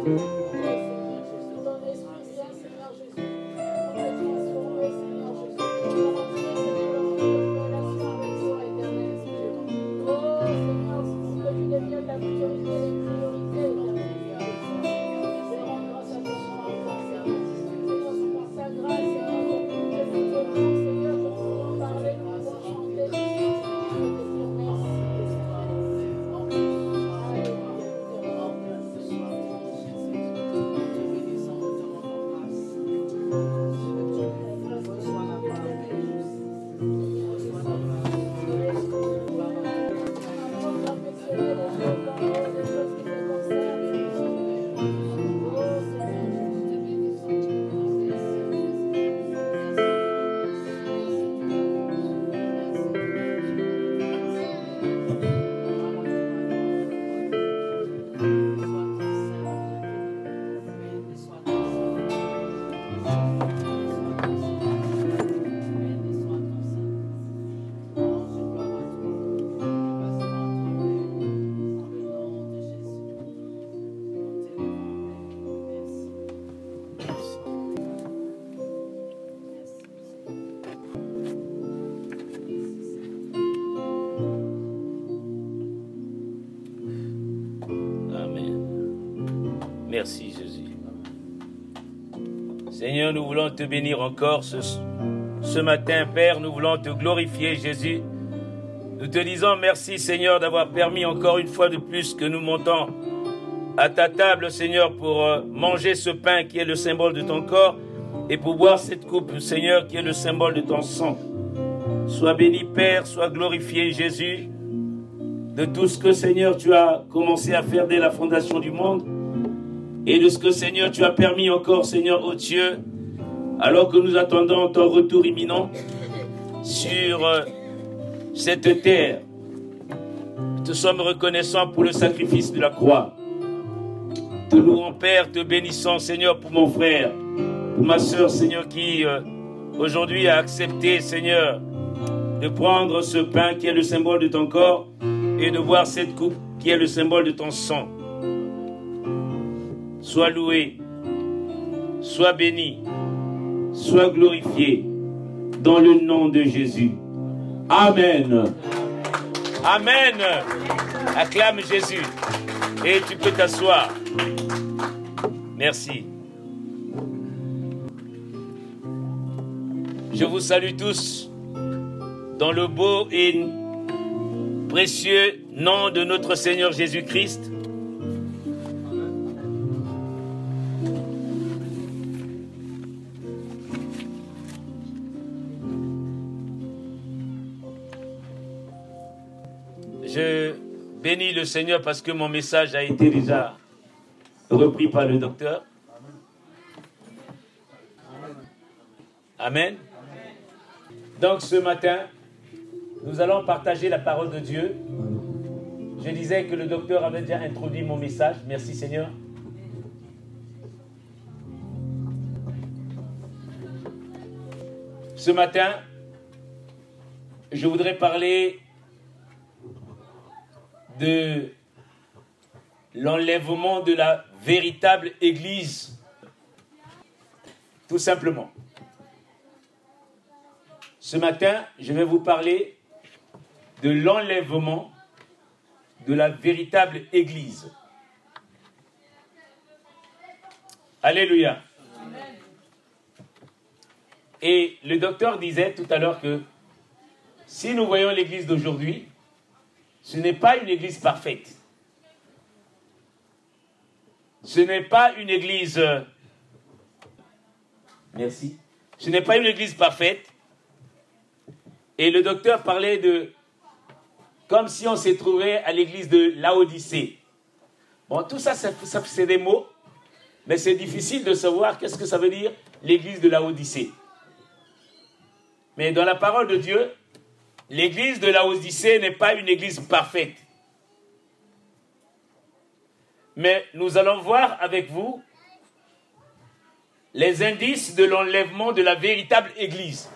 Merci Jésus. Seigneur, nous voulons te bénir encore ce matin, Père. Nous voulons te glorifier, Jésus. Nous te disons merci, Seigneur, d'avoir permis encore une fois de plus que nous montons à ta table, Seigneur, pour manger ce pain qui est le symbole de ton corps et pour boire cette coupe, Seigneur, qui est le symbole de ton sang. Sois béni, Père, sois glorifié, Jésus, de tout ce que, Seigneur, tu as commencé à faire dès la fondation du monde. Et de ce que, Seigneur, tu as permis encore, Seigneur, ô Dieu, alors que nous attendons ton retour imminent sur cette terre. Nous te sommes reconnaissants pour le sacrifice de la croix. Te louons, Père, te bénissons, Seigneur, pour mon frère, pour ma sœur, Seigneur, qui aujourd'hui a accepté, Seigneur, de prendre ce pain qui est le symbole de ton corps et de boire cette coupe qui est le symbole de ton sang. Sois loué, sois béni, sois glorifié dans le nom de Jésus. Amen. Amen. Acclame Jésus. Et tu peux t'asseoir. Merci. Je vous salue tous dans le beau et précieux nom de notre Seigneur Jésus-Christ. Je bénis le Seigneur parce que mon message a été déjà repris par le docteur. Amen. Donc ce matin, nous allons partager la parole de Dieu. Je disais que le docteur avait déjà introduit mon message. Merci Seigneur. Ce matin, je voudrais parler de l'enlèvement de la véritable Église. Tout simplement. Ce matin, je vais vous parler de l'enlèvement de la véritable Église. Alléluia. Amen. Et le docteur disait tout à l'heure que si nous voyons l'Église d'aujourd'hui, ce n'est pas une Église parfaite. Ce n'est pas une Église... Merci. Ce n'est pas une Église parfaite. Et le docteur parlait de... Comme si on s'est trouvé à l'église de Laodicée. Bon, tout ça, c'est des mots. Mais c'est difficile de savoir qu'est-ce que ça veut dire, l'église de Laodicée. Mais dans la parole de Dieu, l'église de Laodicée n'est pas une église parfaite. Mais nous allons voir avec vous les indices de l'enlèvement de la véritable église.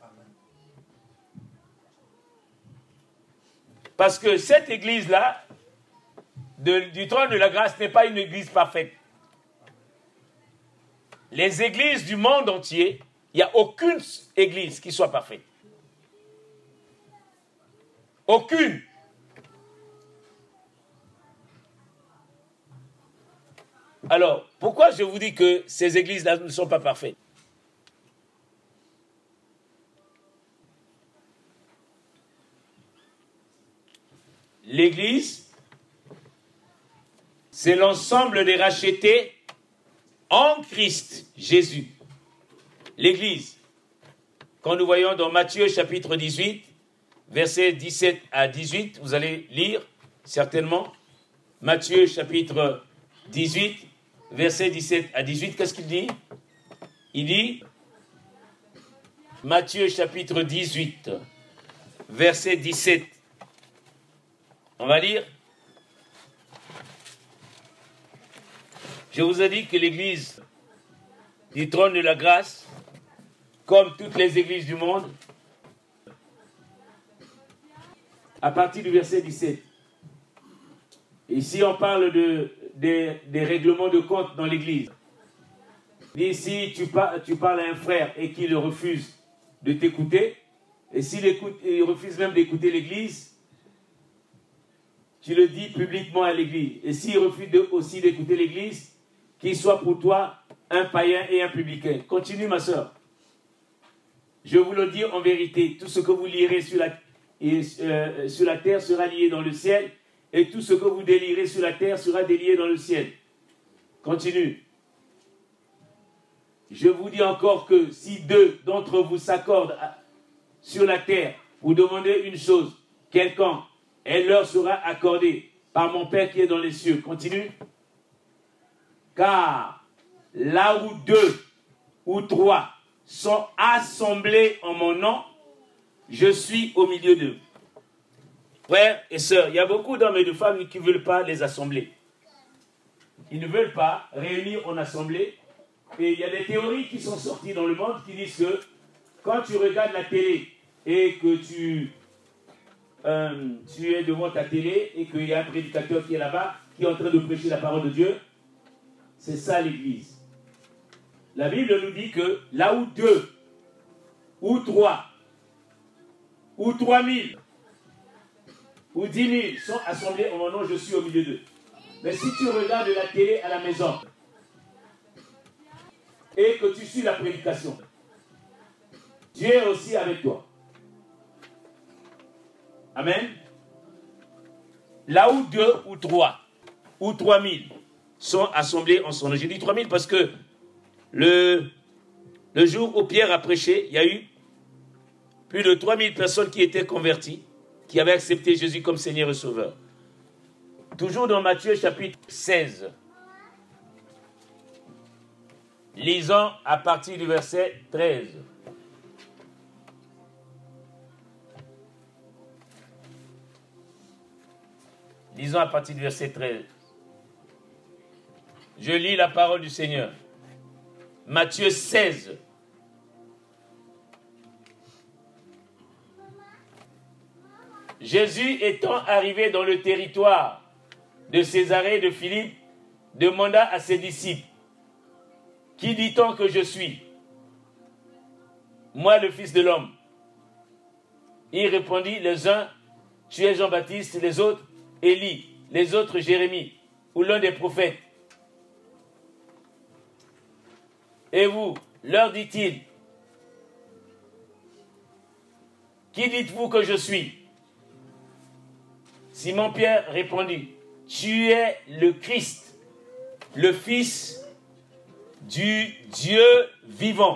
Parce que cette église-là, du trône de la grâce, n'est pas une église parfaite. les églises du monde entier, il n'y a aucune église qui soit parfaite. Aucune. Alors, pourquoi je vous dis que ces églises-là ne sont pas parfaites? L'église, c'est l'ensemble des rachetés en Christ Jésus. L'église, quand nous voyons dans Matthieu chapitre 18, versets 17 à 18, vous allez lire certainement, Matthieu chapitre 18, versets 17 à 18, qu'est-ce qu'il dit? Il dit, Matthieu chapitre 18, verset 17, on va lire. Je vous ai dit que l'église du trône de la grâce, comme toutes les églises du monde, à partir du verset 17. Ici, on parle des règlements de compte dans l'église. Si tu parles à un frère et qu'il refuse de t'écouter, et il refuse même d'écouter l'église, tu le dis publiquement à l'église. Et s'il refuse aussi d'écouter l'église, qu'il soit pour toi un païen et un publicain. Continue, ma soeur. Je vous le dis en vérité, tout ce que vous lirez sur la terre sera lié dans le ciel, et tout ce que vous délirez sur la terre sera délié dans le ciel. Continue. Je vous dis encore que si 2 d'entre vous s'accordent sur la terre pour demander une chose quelconque, elle leur sera accordée par mon Père qui est dans les cieux. Continue. Car là où 2 ou 3 sont assemblés en mon nom, je suis au milieu d'eux. Frères et sœurs, il y a beaucoup d'hommes et de femmes qui ne veulent pas les assembler. Ils ne veulent pas réunir en assemblée. Et il y a des théories qui sont sorties dans le monde qui disent que quand tu regardes la télé et que tu es devant ta télé et qu'il y a un prédicateur qui est là-bas, qui est en train de prêcher la parole de Dieu, c'est ça l'église. La Bible nous dit que là où 2 ou 3 ou 3000 ou 10 000 sont assemblés en mon nom, je suis au milieu d'eux. Mais si tu regardes la télé à la maison et que tu suis la prédication, Dieu est aussi avec toi. Amen. Là où 2 ou 3 ou 3000 sont assemblés en son nom. J'ai dit 3000 parce que le jour où Pierre a prêché, il y a eu plus de 3000 personnes qui étaient converties, qui avaient accepté Jésus comme Seigneur et Sauveur. Toujours dans Matthieu chapitre 16. Lisons à partir du verset 13. Lisons à partir du verset 13. Je lis la parole du Seigneur. Matthieu 16. Jésus étant arrivé dans le territoire de Césarée de Philippe, demanda à ses disciples, « Qui dit-on que je suis? Moi, le Fils de l'homme. » Il répondit, les uns, « Tu es Jean-Baptiste, les autres, Élie, les autres, Jérémie, ou l'un des prophètes. » Et vous, leur dit-il, « Qui dites-vous que je suis? » Simon-Pierre répondit, « Tu es le Christ, le Fils du Dieu vivant. »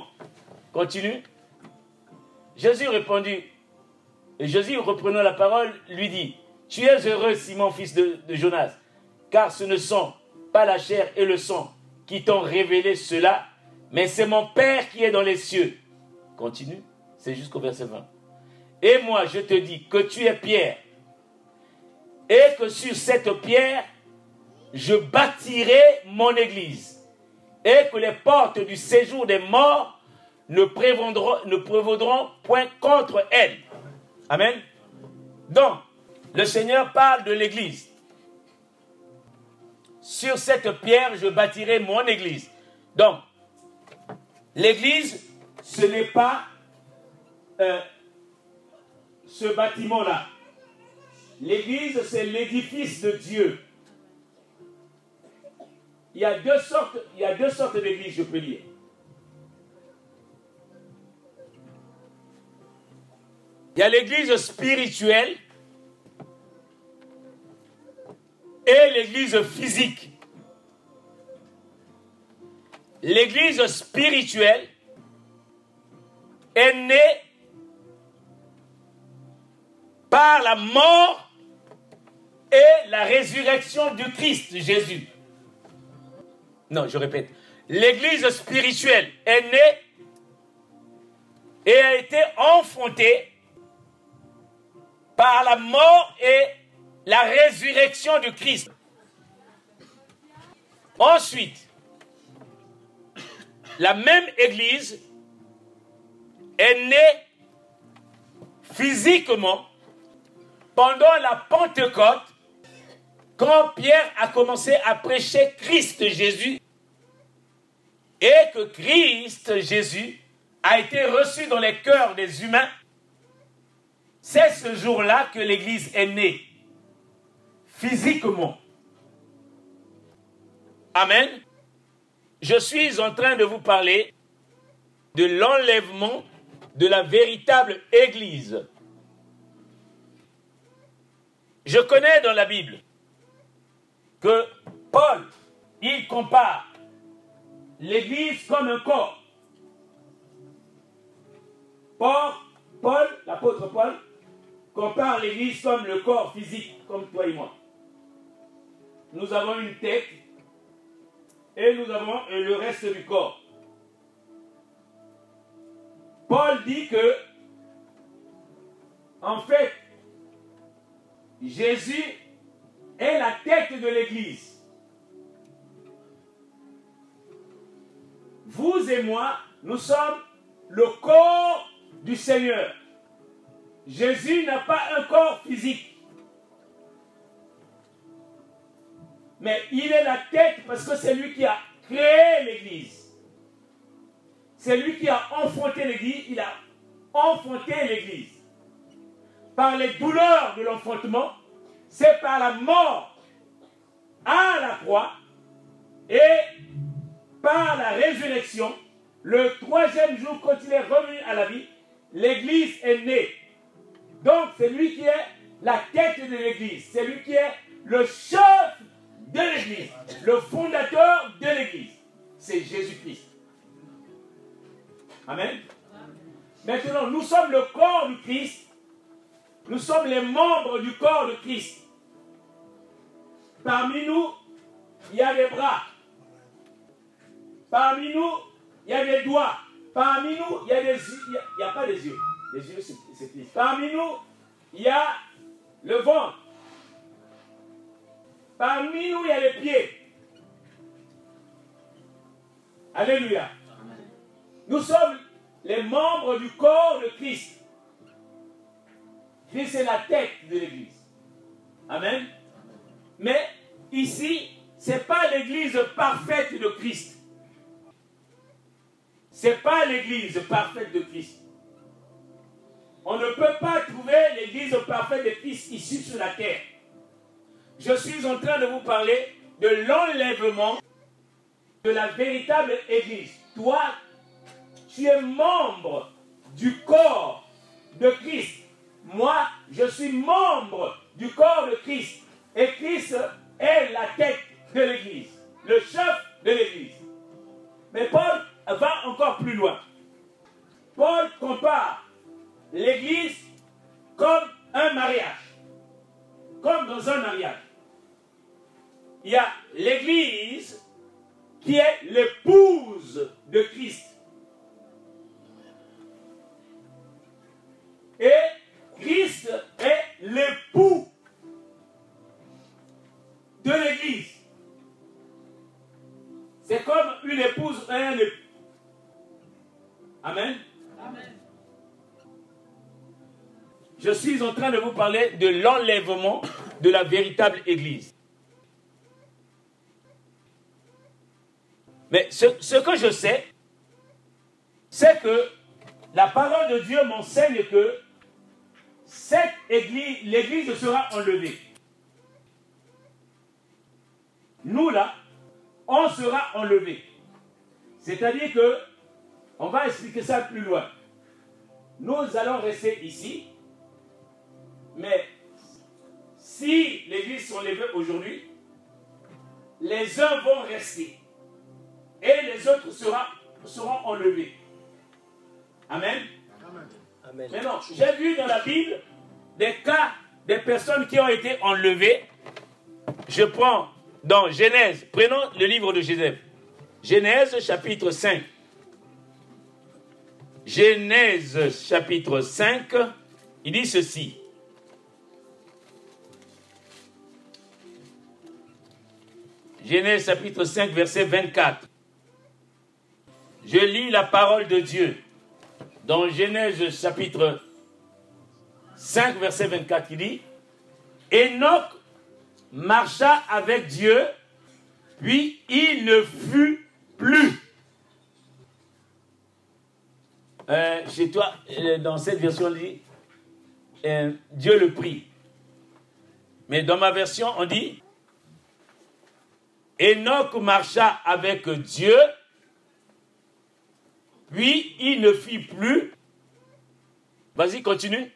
Continue. Jésus répondit, et Jésus, reprenant la parole, lui dit, « Tu es heureux, Simon, fils de Jonas, car ce ne sont pas la chair et le sang qui t'ont révélé cela, mais c'est mon Père qui est dans les cieux. » Continue, c'est jusqu'au verset 20. « Et moi, je te dis que tu es Pierre, et que sur cette pierre, je bâtirai mon église, et que les portes du séjour des morts ne prévaudront point contre elle. » Amen. Donc, le Seigneur parle de l'église. Sur cette pierre, je bâtirai mon église. Donc, L'église, ce n'est pas ce bâtiment-là. L'église, c'est l'édifice de Dieu. Il y a deux sortes d'églises, je peux dire. Il y a l'église spirituelle et l'église physique. L'église spirituelle est née par la mort et la résurrection du Christ Jésus. Non, je répète. L'église spirituelle est née et a été enfantée par la mort et la résurrection du Christ. Ensuite, la même église est née physiquement pendant la Pentecôte, quand Pierre a commencé à prêcher Christ Jésus et que Christ Jésus a été reçu dans les cœurs des humains. C'est ce jour-là que l'Église est née, physiquement. Amen. Je suis en train de vous parler de l'enlèvement de la véritable Église. Je connais dans la Bible que Paul, il compare l'Église comme un corps. Paul, l'apôtre Paul, compare l'Église comme le corps physique, comme toi et moi. Nous avons une tête et nous avons le reste du corps. Paul dit que, en fait, Jésus est la tête de l'Église. Vous et moi, nous sommes le corps du Seigneur. Jésus n'a pas un corps physique. Mais il est la tête parce que c'est lui qui a créé l'Église. C'est lui qui a enfanté l'Église. Il a enfanté l'Église. Par les douleurs de l'enfantement, c'est par la mort à la croix et par la résurrection, le troisième jour, quand il est revenu à la vie, l'Église est née. Donc, c'est lui qui est la tête de l'Église. C'est lui qui est le chef de l'Église, le fondateur de l'Église. C'est Jésus-Christ. Amen. Maintenant, nous sommes le corps du Christ. Nous sommes les membres du corps de Christ. Parmi nous, il y a des bras. Parmi nous, il y a des doigts. Parmi nous, il y a des yeux. Il n'y a pas des yeux. Les yeux, c'est Christ. Parmi nous, il y a le ventre. Parmi nous, il y a les pieds. Alléluia. Nous sommes les membres du corps de Christ. Christ est la tête de l'Église. Amen. Mais ici, ce n'est pas l'Église parfaite de Christ. Ce n'est pas l'Église parfaite de Christ. On ne peut pas trouver l'Église parfaite de Christ ici sur la terre. Je suis en train de vous parler de l'enlèvement de la véritable Église. Toi, tu es membre du corps de Christ. Moi, je suis membre du corps de Christ. Et Christ est la tête de l'Église, le chef de l'Église. Mais Paul va encore plus loin. Paul compare l'Église comme un mariage. Comme dans un mariage. Il y a l'Église qui est l'épouse de Christ. Et Christ est l'époux de l'Église. C'est comme une épouse et un époux. Amen. Amen. Je suis en train de vous parler de l'enlèvement de la véritable Église. Mais ce que je sais, c'est que la parole de Dieu m'enseigne que cette église, l'église sera enlevée. Nous là, on sera enlevés. C'est-à-dire que, on va expliquer ça plus loin. Nous allons rester ici, mais si l'église s'enlève aujourd'hui, les uns vont rester et les autres seront enlevés. Amen. Amen. Maintenant, j'ai vu dans la Bible des cas des personnes qui ont été enlevées. Je prends dans Genèse, prenons le livre de Genèse. Genèse chapitre 5. Genèse chapitre 5, il dit ceci. Genèse chapitre 5, verset 24. Je lis la parole de Dieu. Dans Genèse chapitre 5, verset 24, il dit « Enoch marcha avec Dieu, puis il ne fut plus. » Chez toi, dans cette version, on dit « Dieu le prit ». Mais dans ma version, on dit « Enoch marcha avec Dieu, puis il ne fit plus. » Vas-y, continue.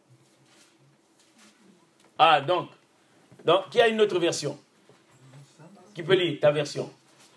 Ah, donc, qui a une autre version? Qui peut lire ta version?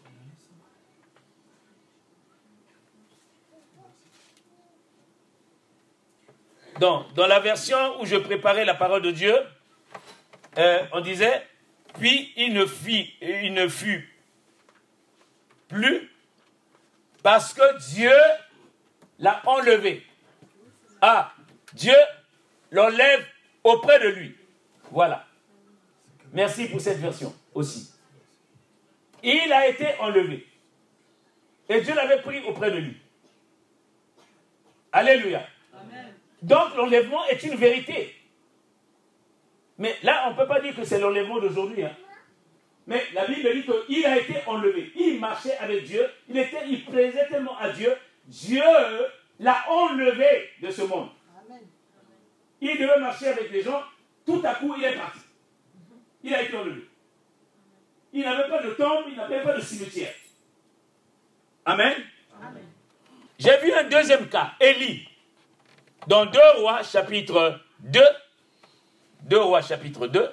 Donc, dans la version où je préparais la parole de Dieu, on disait, puis il ne fut plus parce que Dieu l'a enlevé. Ah, Dieu l'enlève auprès de lui. Voilà. Merci pour cette version aussi. Il a été enlevé. Et Dieu l'avait pris auprès de lui. Alléluia. Amen. Donc l'enlèvement est une vérité. Mais là, on ne peut pas dire que c'est l'enlèvement d'aujourd'hui. Hein. Mais la Bible dit qu'il a été enlevé. Il marchait avec Dieu. Il plaisait tellement à Dieu. Dieu l'a enlevé de ce monde. Amen. Il devait marcher avec les gens. Tout à coup, il est parti. Il a été enlevé. Il n'avait pas de tombe, il n'avait pas de cimetière. Amen. Amen. J'ai vu un deuxième cas, Élie. Dans 2 Rois, chapitre 2. 2 Rois, chapitre 2.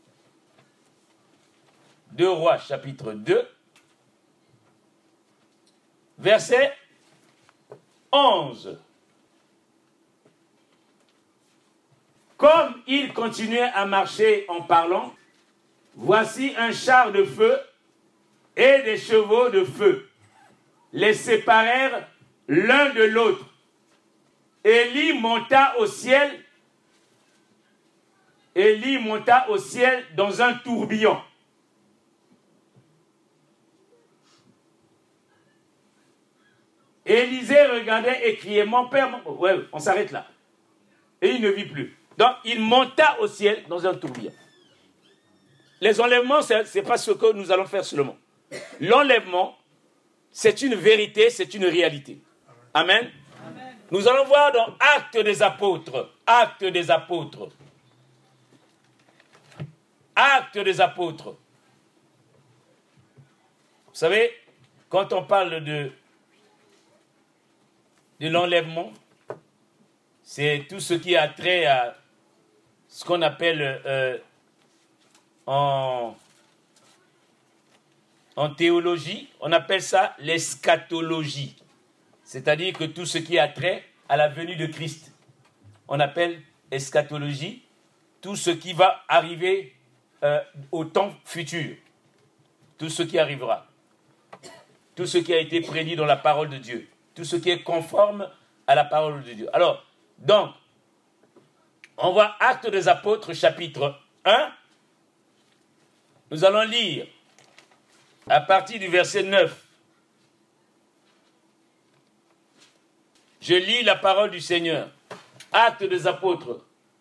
2 Rois, chapitre 2. Verset 11. Comme il continuait à marcher en parlant, voici un char de feu et des chevaux de feu les séparèrent l'un de l'autre. Élie monta au ciel dans un tourbillon. Élisée regardait et criait, mon père, ouais, on s'arrête là. Et il ne vit plus. Donc, il monta au ciel dans un tourbillon. Les enlèvements, ce n'est pas ce que nous allons faire seulement. L'enlèvement, c'est une vérité, c'est une réalité. Amen. Amen. Nous allons voir dans Actes des Apôtres. Actes des Apôtres. Actes des Apôtres. Vous savez, quand on parle de l'enlèvement, c'est tout ce qui a trait à ce qu'on appelle en théologie, on appelle ça l'eschatologie. C'est-à-dire que tout ce qui a trait à la venue de Christ, on appelle eschatologie, tout ce qui va arriver au temps futur, tout ce qui arrivera, tout ce qui a été prédit dans la parole de Dieu, tout ce qui est conforme à la parole de Dieu. Alors, donc, on voit Actes des Apôtres, chapitre 1. Nous allons lire à partir du verset 9. Je lis la parole du Seigneur. Actes des Apôtres.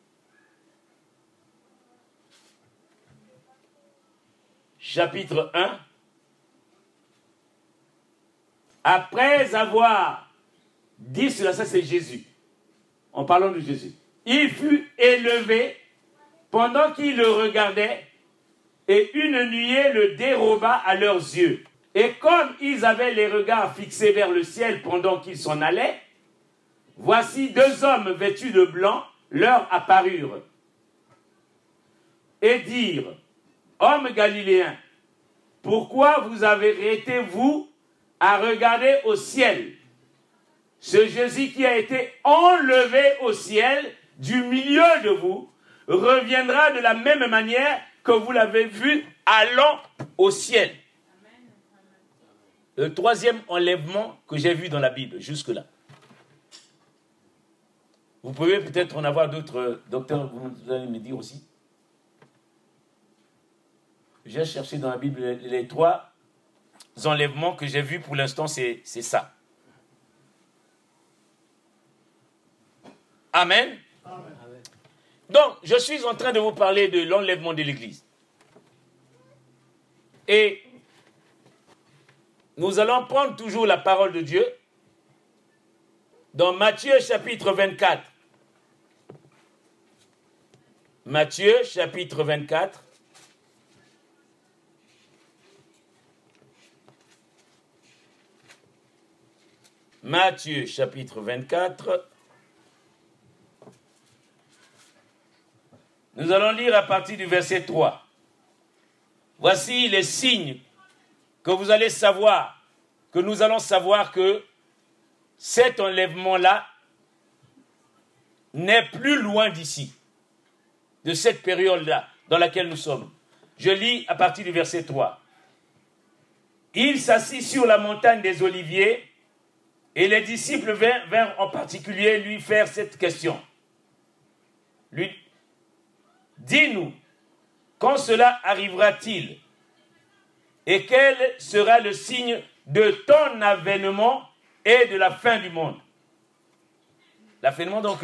Chapitre 1. Après avoir dit cela, ça c'est Jésus. En parlant de Jésus. Il fut élevé pendant qu'ils le regardaient et une nuée le déroba à leurs yeux. Et comme ils avaient les regards fixés vers le ciel pendant qu'ils s'en allaient, voici 2 hommes vêtus de blanc leur apparurent et dirent, « Hommes galiléens, pourquoi vous avez été, vous, à regarder au ciel? Ce Jésus qui a été enlevé au ciel du milieu de vous reviendra de la même manière que vous l'avez vu allant au ciel. » Le 3e enlèvement que j'ai vu dans la Bible, jusque-là. Vous pouvez peut-être en avoir d'autres, docteur, vous allez me dire aussi. J'ai cherché dans la Bible les 3 enlèvements que j'ai vus pour l'instant, c'est ça. Amen. Amen. Donc, je suis en train de vous parler de l'enlèvement de l'Église. Et nous allons prendre toujours la parole de Dieu dans Matthieu chapitre 24. Matthieu chapitre 24. Matthieu chapitre 24. Nous allons lire à partir du verset 3. Voici les signes que vous allez savoir, que nous allons savoir que cet enlèvement-là n'est plus loin d'ici, de cette période-là dans laquelle nous sommes. Je lis à partir du verset 3. Il s'assit sur la montagne des Oliviers et les disciples vinrent en particulier lui faire cette question. Lui, dis-nous, quand cela arrivera-t-il? Et quel sera le signe de ton avènement et de la fin du monde? L'avènement, donc,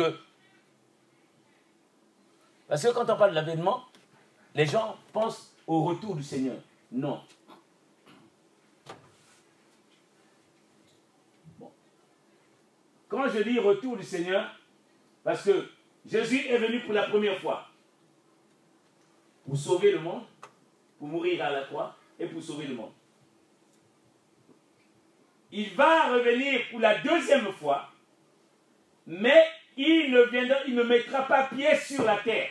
parce que quand on parle de l'avènement, les gens pensent au retour du Seigneur. Non. Bon. Quand je dis retour du Seigneur, parce que Jésus est venu pour la première fois pour sauver le monde, pour mourir à la croix et pour sauver le monde. Il va revenir pour la 2e fois, mais il ne mettra pas pied sur la terre.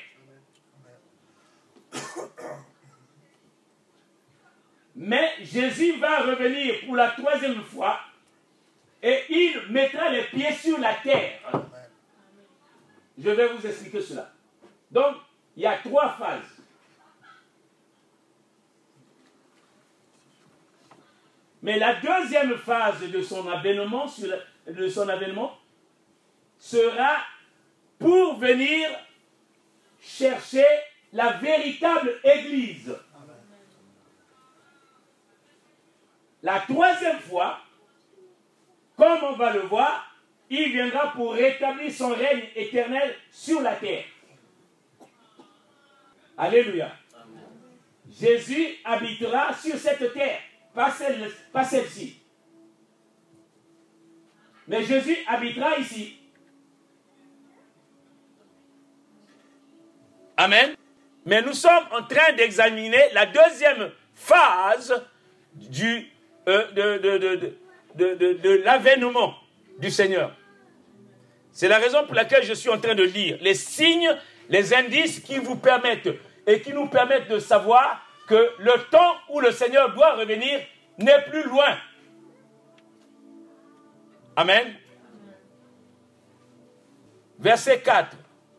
Mais Jésus va revenir pour la 3e fois et il mettra les pieds sur la terre. Je vais vous expliquer cela. Donc, il y a 3 phases. Mais la 2e phase de son avènement, sera pour venir chercher la véritable Église. Amen. La 3e fois, comme on va le voir, il viendra pour rétablir son règne éternel sur la terre. Alléluia. Amen. Jésus habitera sur cette terre. Pas celle-ci. Mais Jésus habitera ici. Amen. Mais nous sommes en train d'examiner la 2e phase de l'avènement du Seigneur. C'est la raison pour laquelle je suis en train de lire les signes, les indices qui vous permettent et qui nous permettent de savoir que le temps où le Seigneur doit revenir n'est plus loin. Amen. Verset 4.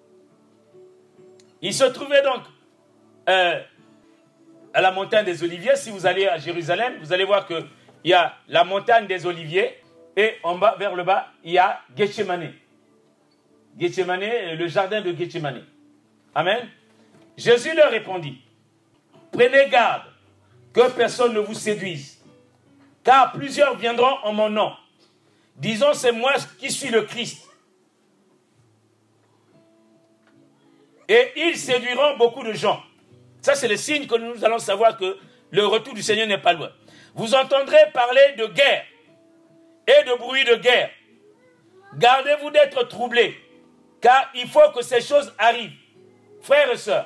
Il se trouvait donc à la montagne des Oliviers. Si vous allez à Jérusalem, vous allez voir qu'il y a la montagne des Oliviers et en bas, vers le bas, il y a Gethsémani. Gethsémani, le jardin de Gethsémani. Amen. Jésus leur répondit, prenez garde que personne ne vous séduise, car plusieurs viendront en mon nom, disons c'est moi qui suis le Christ. Et ils séduiront beaucoup de gens. Ça, c'est le signe que nous allons savoir que le retour du Seigneur n'est pas loin. Vous entendrez parler de guerre et de bruit de guerre. Gardez-vous d'être troublés, car il faut que ces choses arrivent. Frères et sœurs,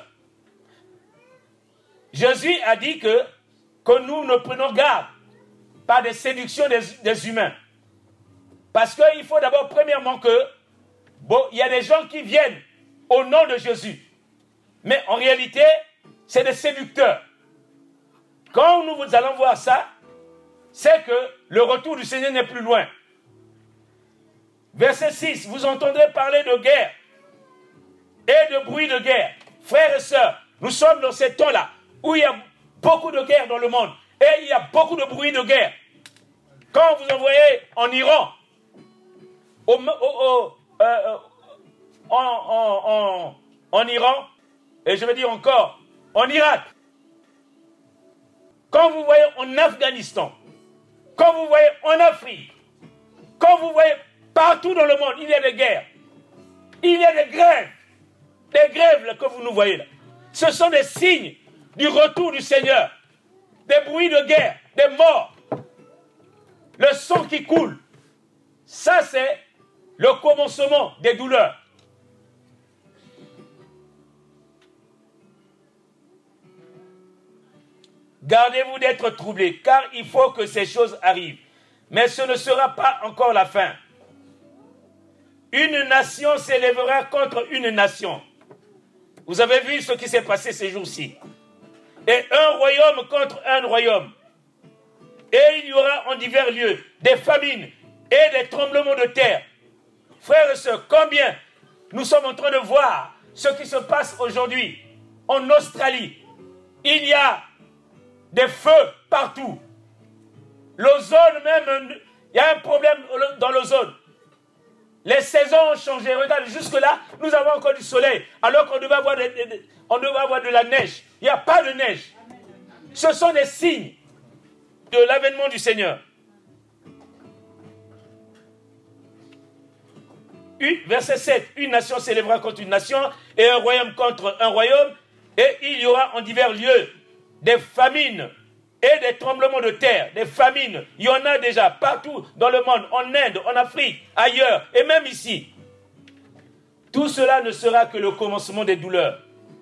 Jésus a dit que nous ne prenons garde par des séductions des humains. Parce qu'il faut d'abord, premièrement, il y a des gens qui viennent au nom de Jésus. Mais en réalité, c'est des séducteurs. Quand nous allons voir ça, c'est que le retour du Seigneur n'est plus loin. Verset 6, vous entendrez parler de guerre et de bruit de guerre. Frères et sœurs, nous sommes dans ces temps-là où il y a beaucoup de guerre dans le monde et il y a beaucoup de bruit de guerre. Quand vous envoyez en Iran, en Iran, et je vais dire encore, en Irak, quand vous voyez en Afghanistan, quand vous voyez en Afrique, quand vous voyez partout dans le monde, il y a des guerres, il y a des grèves là, que vous nous voyez là. Ce sont des signes du retour du Seigneur, des bruits de guerre, des morts, le sang qui coule. Ça, c'est le commencement des douleurs. Gardez-vous d'être troublés, car il faut que ces choses arrivent. Mais ce ne sera pas encore la fin. Une nation s'élèvera contre une nation. Vous avez vu ce qui s'est passé ces jours-ci. Et un royaume contre un royaume. Et il y aura en divers lieux des famines et des tremblements de terre. Frères et sœurs, combien nous sommes en train de voir ce qui se passe aujourd'hui en Australie. Il y a des feux partout. L'ozone même, il y a un problème dans l'ozone. Les saisons ont changé. Regarde, jusque-là, nous avons encore du soleil, alors qu'on devait avoir de la neige. Il n'y a pas de neige. Ce sont des signes de l'avènement du Seigneur. Verset 7. Une nation s'élèvera contre une nation et un royaume contre un royaume, et il y aura en divers lieux des famines et des tremblements de terre, des famines. Il y en a déjà partout dans le monde, en Inde, en Afrique, ailleurs, et même ici. Tout cela ne sera que le commencement des douleurs.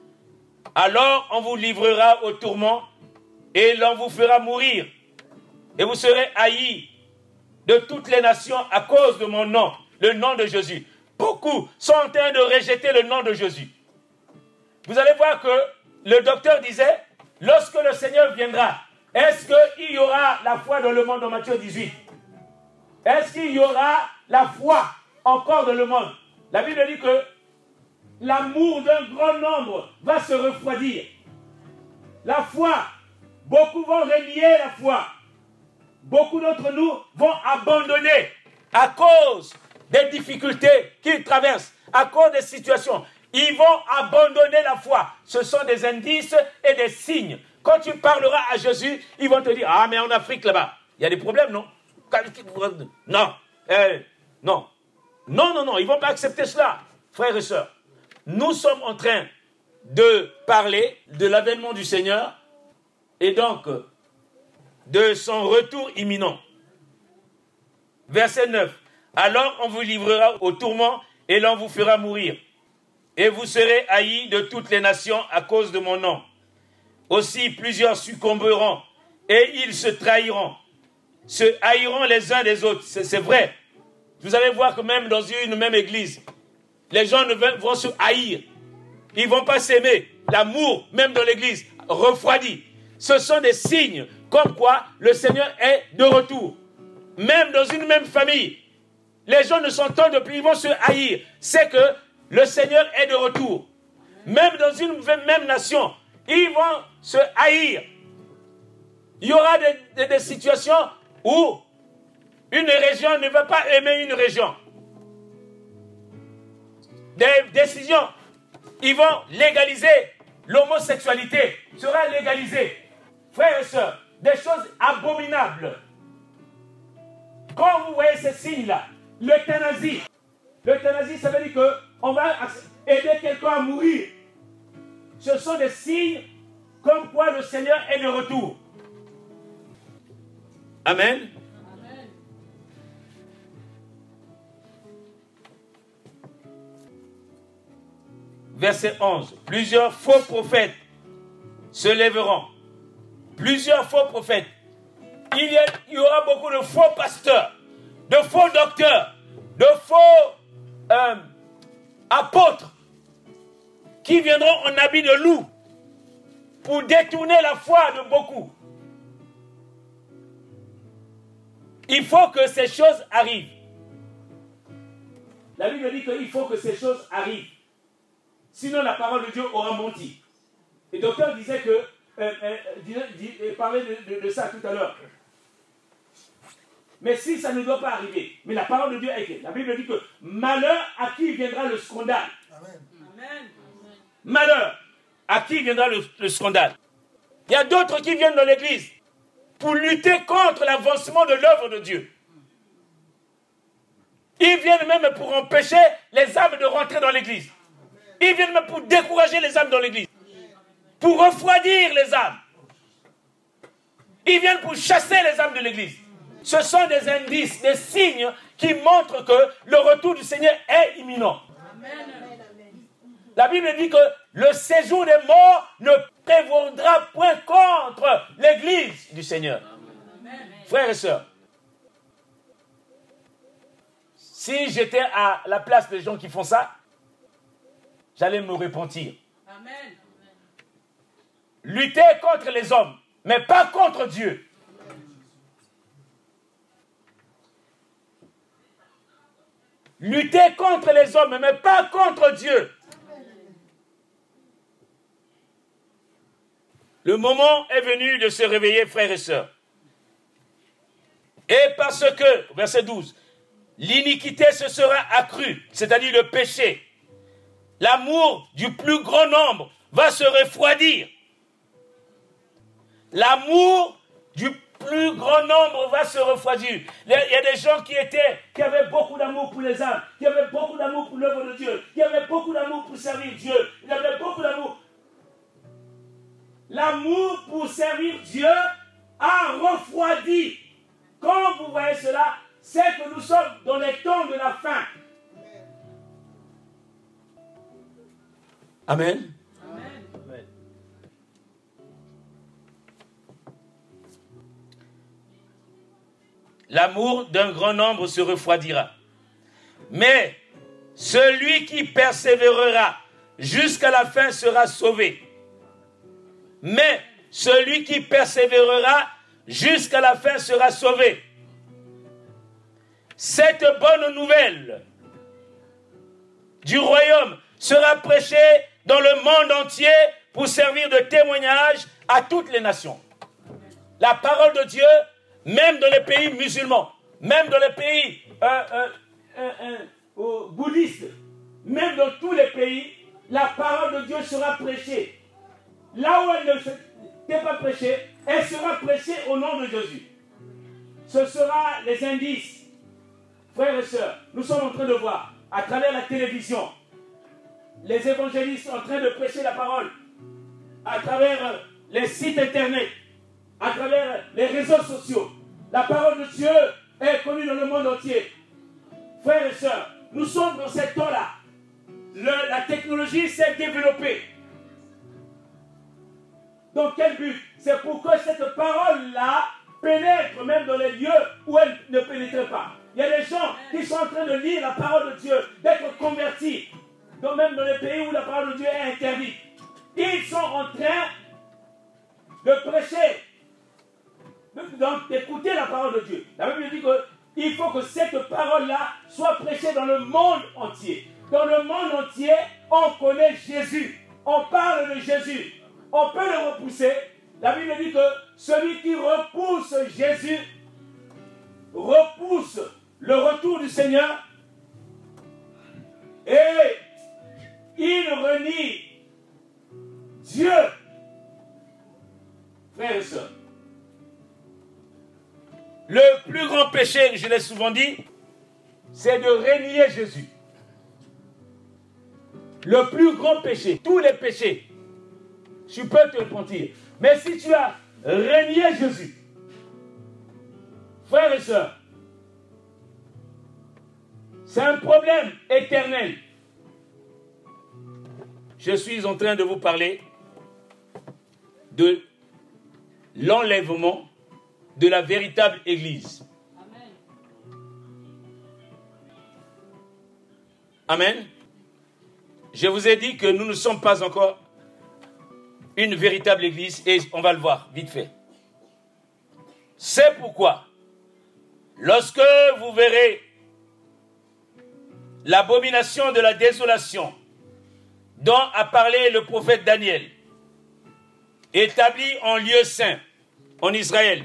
Alors on vous livrera au tourment et l'on vous fera mourir. Et vous serez haïs de toutes les nations à cause de mon nom, le nom de Jésus. Beaucoup sont en train de rejeter le nom de Jésus. Vous allez voir que le docteur disait, lorsque le Seigneur viendra, est-ce qu'il y aura la foi dans le monde en Matthieu 18? Est-ce qu'il y aura la foi encore dans le monde? La Bible dit que l'amour d'un grand nombre va se refroidir. La foi, beaucoup vont renier la foi. Beaucoup d'entre nous vont abandonner à cause des difficultés qu'ils traversent, à cause des situations. Ils vont abandonner la foi. Ce sont des indices et des signes. Quand tu parleras à Jésus, ils vont te dire, ah mais en Afrique là-bas, il y a des problèmes, non? Non. Non. Non, ils ne vont pas accepter cela, frères et sœurs. Nous sommes en train de parler de l'avènement du Seigneur et donc de son retour imminent. Verset 9. Alors on vous livrera au tourment et l'on vous fera mourir. Et vous serez haïs de toutes les nations à cause de mon nom. Aussi plusieurs succomberont et ils se trahiront, se haïront les uns des autres. C'est vrai. Vous allez voir que même dans une même église, les gens vont se haïr. Ils ne vont pas s'aimer. L'amour, même dans l'église, refroidit. Ce sont des signes comme quoi le Seigneur est de retour. Même dans une même famille, les gens ne s'entendent plus, ils vont se haïr. C'est que le Seigneur est de retour. Même dans une même nation, ils vont se haïr. Il y aura des situations où une région ne va pas aimer une région. Des décisions, ils vont légaliser l'homosexualité, sera légalisée. Frères et sœurs, des choses abominables. Quand vous voyez ces signes-là, l'euthanasie, ça veut dire qu'on va aider quelqu'un à mourir. Ce sont des signes comme quoi le Seigneur est de retour. Amen. verset 11. Plusieurs faux prophètes se lèveront. Plusieurs faux prophètes. Il y aura beaucoup de faux pasteurs, de faux docteurs, de faux apôtres qui viendront en habit de loup pour détourner la foi de beaucoup. Il faut que ces choses arrivent. La Bible dit qu'il faut que ces choses arrivent. Sinon, la parole de Dieu aura menti. Et le docteur disait que, parlait de ça tout à l'heure. Mais si ça ne doit pas arriver, mais la parole de Dieu est écrite. La Bible dit que malheur à qui viendra le scandale. Amen. Amen. Malheur à qui viendra le scandale. Il y a d'autres qui viennent dans l'église pour lutter contre l'avancement de l'œuvre de Dieu. Ils viennent même pour empêcher les âmes de rentrer dans l'église. Ils viennent même pour décourager les âmes dans l'église. Pour refroidir les âmes. Ils viennent pour chasser les âmes de l'église. Ce sont des indices, des signes qui montrent que le retour du Seigneur est imminent. Amen. La Bible dit que le séjour des morts ne prévaudra point contre l'église du Seigneur. Amen. Frères et sœurs, si j'étais à la place des gens qui font ça, j'allais me repentir. Amen. Lutter contre les hommes, mais pas contre Dieu. Lutter contre les hommes, mais pas contre Dieu. Le moment est venu de se réveiller, frères et sœurs. Et parce que, verset 12, l'iniquité se sera accrue, c'est-à-dire le péché. L'amour du plus grand nombre va se refroidir. L'amour du plus grand nombre va se refroidir. Il y a des gens qui avaient beaucoup d'amour pour les âmes, qui avaient beaucoup d'amour pour l'œuvre de Dieu, qui avaient beaucoup d'amour pour servir Dieu. Ils avaient beaucoup d'amour. L'amour pour servir Dieu a refroidi. Quand vous voyez cela, c'est que nous sommes dans les temps de la fin. Amen. Amen. L'amour d'un grand nombre se refroidira. Mais celui qui persévérera jusqu'à la fin sera sauvé. Mais celui qui persévérera jusqu'à la fin sera sauvé. Cette bonne nouvelle du royaume sera prêchée dans le monde entier pour servir de témoignage à toutes les nations. La parole de Dieu, même dans les pays musulmans, même dans les pays bouddhistes, même dans tous les pays, la parole de Dieu sera prêchée. Là où elle ne t'est pas prêchée, elle sera prêchée au nom de Jésus. Ce sera les indices. Frères et sœurs, nous sommes en train de voir, à travers la télévision, les évangélistes en train de prêcher la parole, à travers les sites internet, à travers les réseaux sociaux. La parole de Dieu est connue dans le monde entier. Frères et sœurs, nous sommes dans ce temps-là. La technologie s'est développée. Dans quel but? C'est pour que cette parole-là pénètre même dans les lieux où elle ne pénétrait pas. Il y a des gens qui sont en train de lire la parole de Dieu, d'être convertis, donc même dans les pays où la parole de Dieu est interdite. Ils sont en train de prêcher, d'écouter la parole de Dieu. La Bible dit qu'il faut que cette parole-là soit prêchée dans le monde entier. Dans le monde entier, on connaît Jésus. On parle de Jésus. On peut le repousser. La Bible dit que celui qui repousse Jésus repousse le retour du Seigneur et il renie Dieu. Frères et sœurs, le plus grand péché, je l'ai souvent dit, c'est de renier Jésus. Le plus grand péché, tous les péchés, tu peux te repentir. Mais si tu as renié Jésus, frères et sœurs, c'est un problème éternel. je suis en train de vous parler de l'enlèvement de la véritable Église. Amen. Je vous ai dit que nous ne sommes pas encore une véritable Église et on va le voir vite fait. C'est pourquoi, lorsque vous verrez l'abomination de la désolation dont a parlé le prophète Daniel, établi en lieu saint en Israël,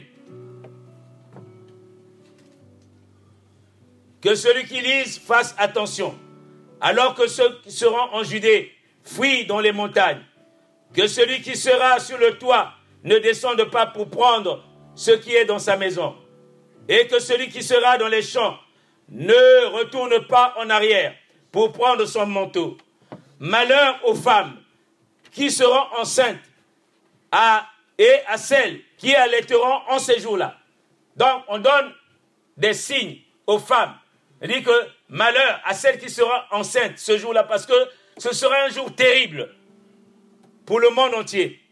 que celui qui lise fasse attention, alors que ceux qui seront en Judée fuient dans les montagnes, que celui qui sera sur le toit ne descende pas pour prendre ce qui est dans sa maison, et que celui qui sera dans les champs ne retourne pas en arrière pour prendre son manteau. Malheur aux femmes qui seront enceintes et à celles qui allaiteront en ces jours-là. Donc, on donne des signes aux femmes. On dit que malheur à celles qui seront enceintes ce jour-là, parce que ce sera un jour terrible pour le monde entier.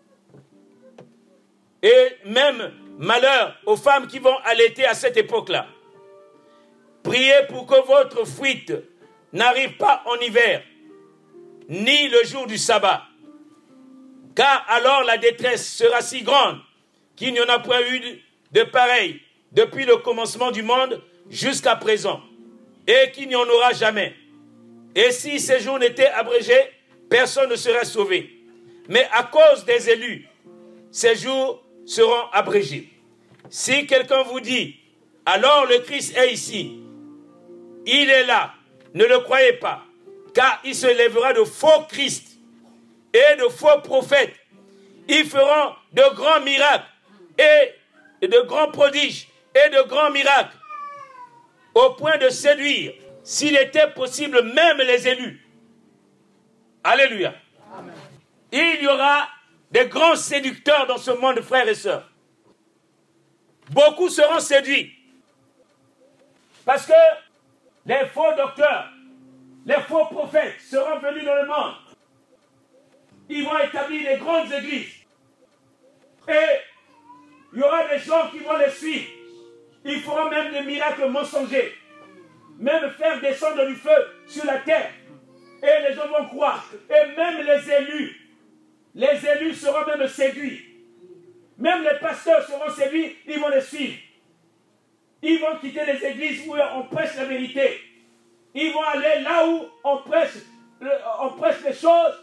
Et même malheur aux femmes qui vont allaiter à cette époque-là. Priez pour que votre fuite n'arrive pas en hiver, ni le jour du sabbat. Car alors la détresse sera si grande qu'il n'y en a point eu de pareil depuis le commencement du monde jusqu'à présent, et qu'il n'y en aura jamais. Et si ces jours n'étaient abrégés, personne ne serait sauvé. Mais à cause des élus, ces jours seront abrégés. Si quelqu'un vous dit, alors le Christ est ici, il est là, ne le croyez pas, car il se lèvera de faux Christ et de faux prophètes. Ils feront de grands miracles et de grands prodiges et de grands miracles, au point de séduire, s'il était possible, même les élus. Alléluia. Amen. Il y aura des grands séducteurs dans ce monde, frères et sœurs. Beaucoup seront séduits. Parce que les faux docteurs, les faux prophètes seront venus dans le monde. Ils vont établir des grandes églises. Et il y aura des gens qui vont les suivre. Ils feront même des miracles mensongers. Même faire descendre du feu sur la terre. Et les gens vont croire. Et même les élus seront même séduits. Même les pasteurs seront séduits, ils vont les suivre. Ils vont quitter les églises où on prêche la vérité. Ils vont aller là où on prêche les choses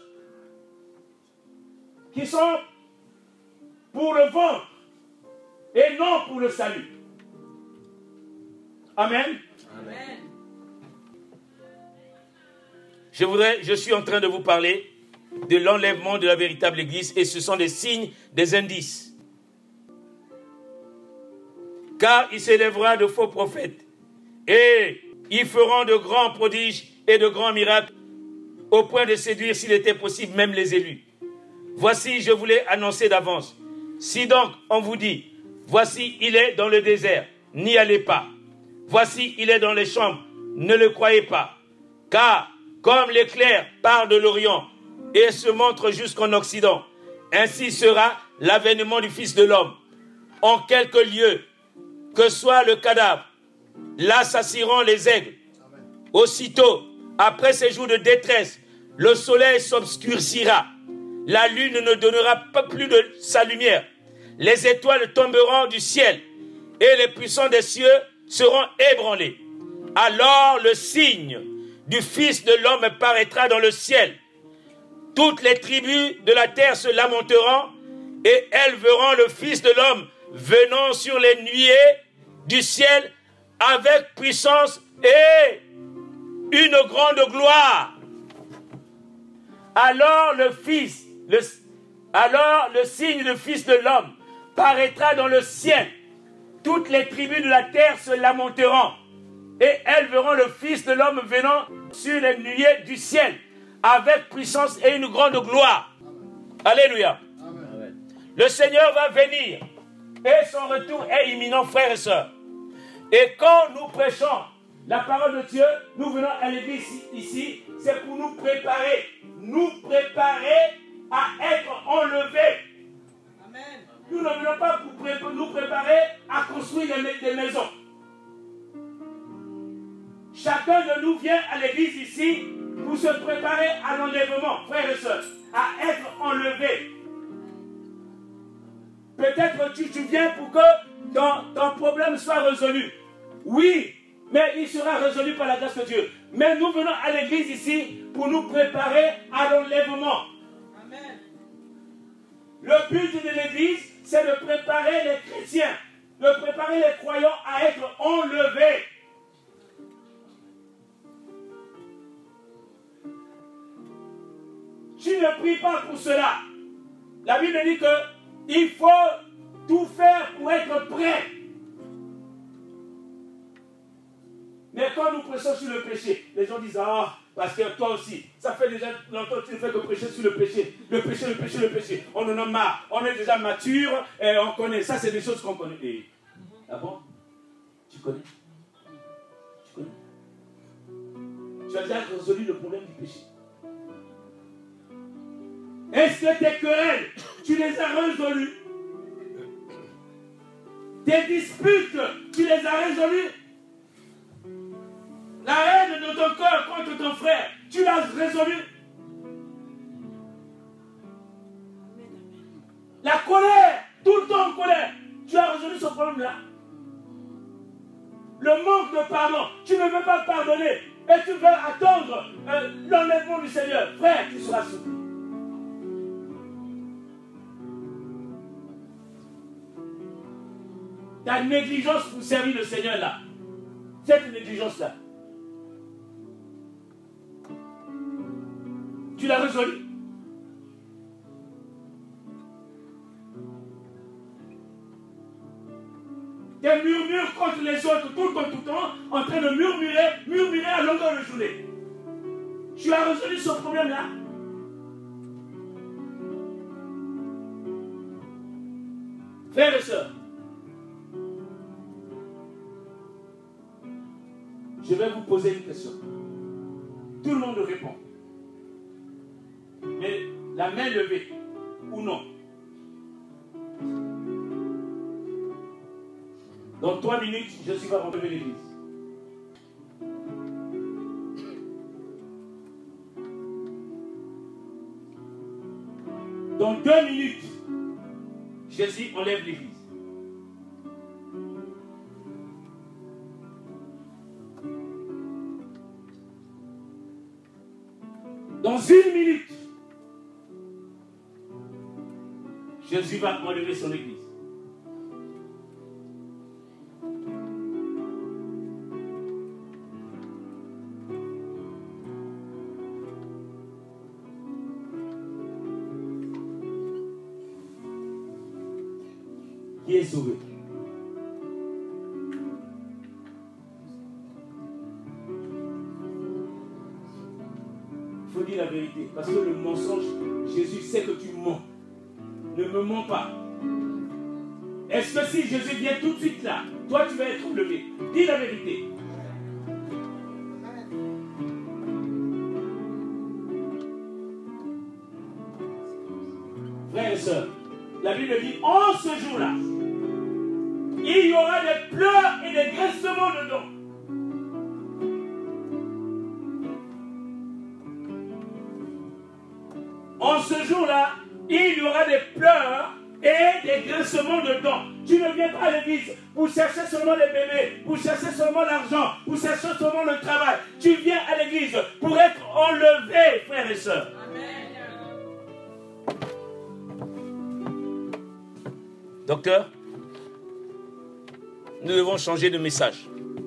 qui sont pour le ventre et non pour le salut. Amen. Amen. Je suis en train de vous parler de l'enlèvement de la véritable Église et ce sont des signes, des indices. Car il s'élèvera de faux prophètes et ils feront de grands prodiges et de grands miracles au point de séduire, s'il était possible, même les élus. Voici, je vous l'ai annoncé d'avance. Si donc on vous dit, voici, il est dans le désert, n'y allez pas. Voici, il est dans les chambres, ne le croyez pas. Car, comme l'éclair part de l'Orient et se montre jusqu'en Occident, ainsi sera l'avènement du Fils de l'homme. En quelques lieux, que soit le cadavre, là s'assiront les aigles. Aussitôt, après ces jours de détresse, le soleil s'obscurcira, la lune ne donnera pas plus de sa lumière, les étoiles tomberont du ciel, et les puissants des cieux seront ébranlés. Alors le signe du Fils de l'homme paraîtra dans le ciel. Toutes les tribus de la terre se lamenteront, et elles verront le Fils de l'homme venant sur les nuées du ciel avec puissance et une grande gloire. Alors le signe du Fils de l'homme paraîtra dans le ciel. Toutes les tribus de la terre se lamenteront et elles verront le Fils de l'homme venant sur les nuées du ciel avec puissance et une grande gloire. Alléluia. Amen. Le Seigneur va venir et son retour est imminent, frères et sœurs. Et quand nous prêchons La parole de Dieu, nous venons à l'église ici, c'est pour nous préparer à être enlevés. Amen. Nous ne venons pas pour nous préparer à construire des maisons. Chacun de nous vient à l'église ici pour se préparer à l'enlèvement, frères et sœurs, à être enlevé. Peut-être tu viens pour que ton problème soit résolu. Oui, mais il sera résolu par la grâce de Dieu. Mais nous venons à l'église ici pour nous préparer à l'enlèvement. Amen. Le but de l'église, c'est de préparer les chrétiens, de préparer les croyants à être enlevés. Tu ne pries pas pour cela. La Bible dit qu'il faut tout faire pour être prêt. Mais quand nous prêchons sur le péché, les gens disent, ah, parce que toi aussi, ça fait déjà longtemps que tu ne fais que prêcher sur le péché. Le péché. On en a marre. On est déjà mature et on connaît. Ça, c'est des choses qu'on connaît. Et... Ah bon? Tu connais? Tu as déjà résolu le problème du péché. Est-ce que tes querelles, tu les as résolues? Tes disputes, tu les as résolues? La haine de ton cœur contre ton frère, tu l'as résolue? La colère, tout le temps en colère, tu as résolu ce problème-là? Le manque de pardon, tu ne veux pas pardonner et tu veux attendre l'enlèvement du Seigneur. Frère, tu seras sauvé. Ta négligence pour servir le Seigneur là, cette négligence-là, tu l'as résolue? Tes murmures contre les autres, tout le temps, en train de murmurer à longueur de journée. Tu as résolu ce problème-là? Frères et sœurs, je vais vous poser une question. Tout le monde répond. Mais la main levée ou non? Dans 3 minutes, je suis va relever l'église. Dans 2 minutes, Jésus enlève l'église. Dans 1 minute, Jésus va enlever son église. Qui est sauvé? Il faut dire la vérité. Parce que le mensonge, Jésus sait que tu mens. Ne me mens pas. Est-ce que si Jésus vient tout de suite là, toi tu vas être enlevé? Dis la vérité. Frères et sœurs, la Bible dit, en ce jour-là, il y aura des pleurs et des graissements dedans. En ce jour-là, il y aura des pleurs et des grincements dedans. Tu ne viens pas à l'église pour chercher seulement les bébés, pour chercher seulement l'argent, pour chercher seulement le travail. Tu viens à l'église pour être enlevé, frères et sœurs. Amen. Docteur, nous devons changer de message.